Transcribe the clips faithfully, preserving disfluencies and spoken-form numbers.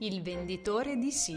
Il venditore di sì.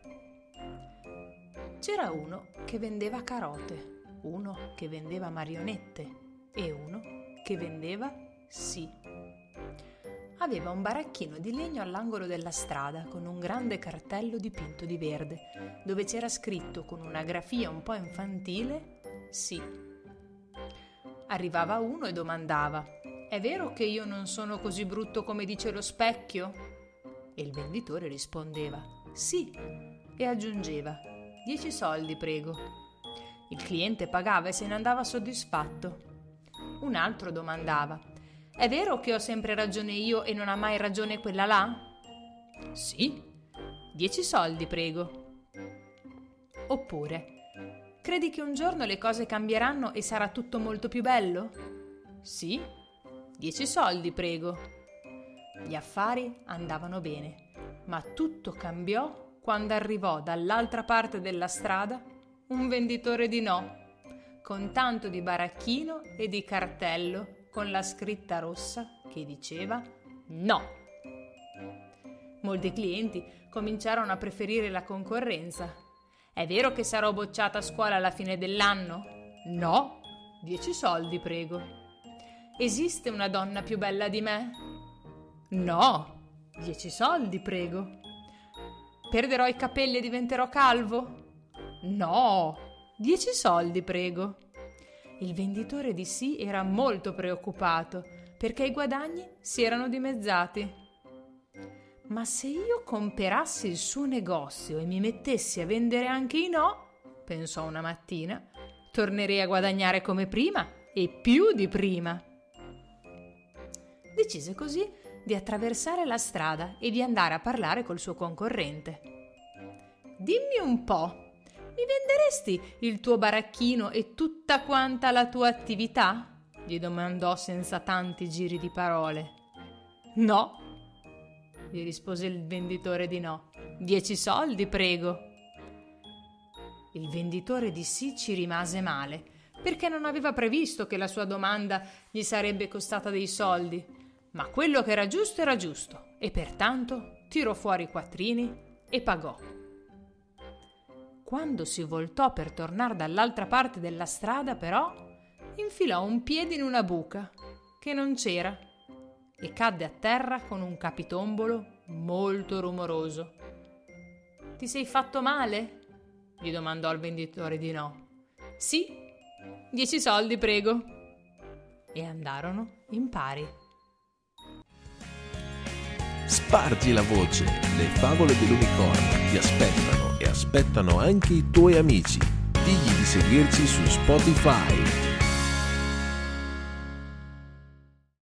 C'era uno che vendeva carote, uno che vendeva marionette e uno che vendeva sì. Aveva un baracchino di legno all'angolo della strada con un grande cartello dipinto di verde, dove c'era scritto con una grafia un po' infantile sì. Arrivava uno e domandava: «È vero che io non sono così brutto come dice lo specchio?» E il venditore rispondeva «Sì» e aggiungeva «Dieci soldi, prego». Il cliente pagava e se ne andava soddisfatto. Un altro domandava: «È vero che ho sempre ragione io e non ha mai ragione quella là?» «Sì». «Dieci soldi, prego». Oppure: «Credi che un giorno le cose cambieranno e sarà tutto molto più bello?» «Sì». «Dieci soldi, prego». Gli affari andavano bene, ma tutto cambiò quando arrivò dall'altra parte della strada un venditore di no, con tanto di baracchino e di cartello con la scritta rossa che diceva no. Molti clienti cominciarono a preferire la concorrenza. «È vero che sarò bocciata a scuola alla fine dell'anno?» «No». «Dieci soldi, prego». «Esiste una donna più bella di me?» «No». «Dieci soldi, prego». «Perderò i capelli e diventerò calvo?» «No». «Dieci soldi, prego». Il venditore di sì era molto preoccupato perché i guadagni si erano dimezzati. «Ma se io comperassi il suo negozio e mi mettessi a vendere anche i no», pensò una mattina, «tornerei a guadagnare come prima e più di prima». Decise così di attraversare la strada e di andare a parlare col suo concorrente. «Dimmi un po', mi venderesti il tuo baracchino e tutta quanta la tua attività?» gli domandò senza tanti giri di parole. «No», gli rispose il venditore di no. «Dieci soldi, prego». Il venditore di sì ci rimase male, perché non aveva previsto che la sua domanda gli sarebbe costata dei soldi. Ma quello che era giusto era giusto e pertanto tirò fuori i quattrini e pagò. Quando si voltò per tornare dall'altra parte della strada, però, infilò un piede in una buca che non c'era e cadde a terra con un capitombolo molto rumoroso. «Ti sei fatto male?» gli domandò il venditore di no. «Sì». «Dieci soldi, prego». E andarono in pari. Spargi la voce, le favole dell'unicorno ti aspettano e aspettano anche i tuoi amici. Digli di seguirci su Spotify.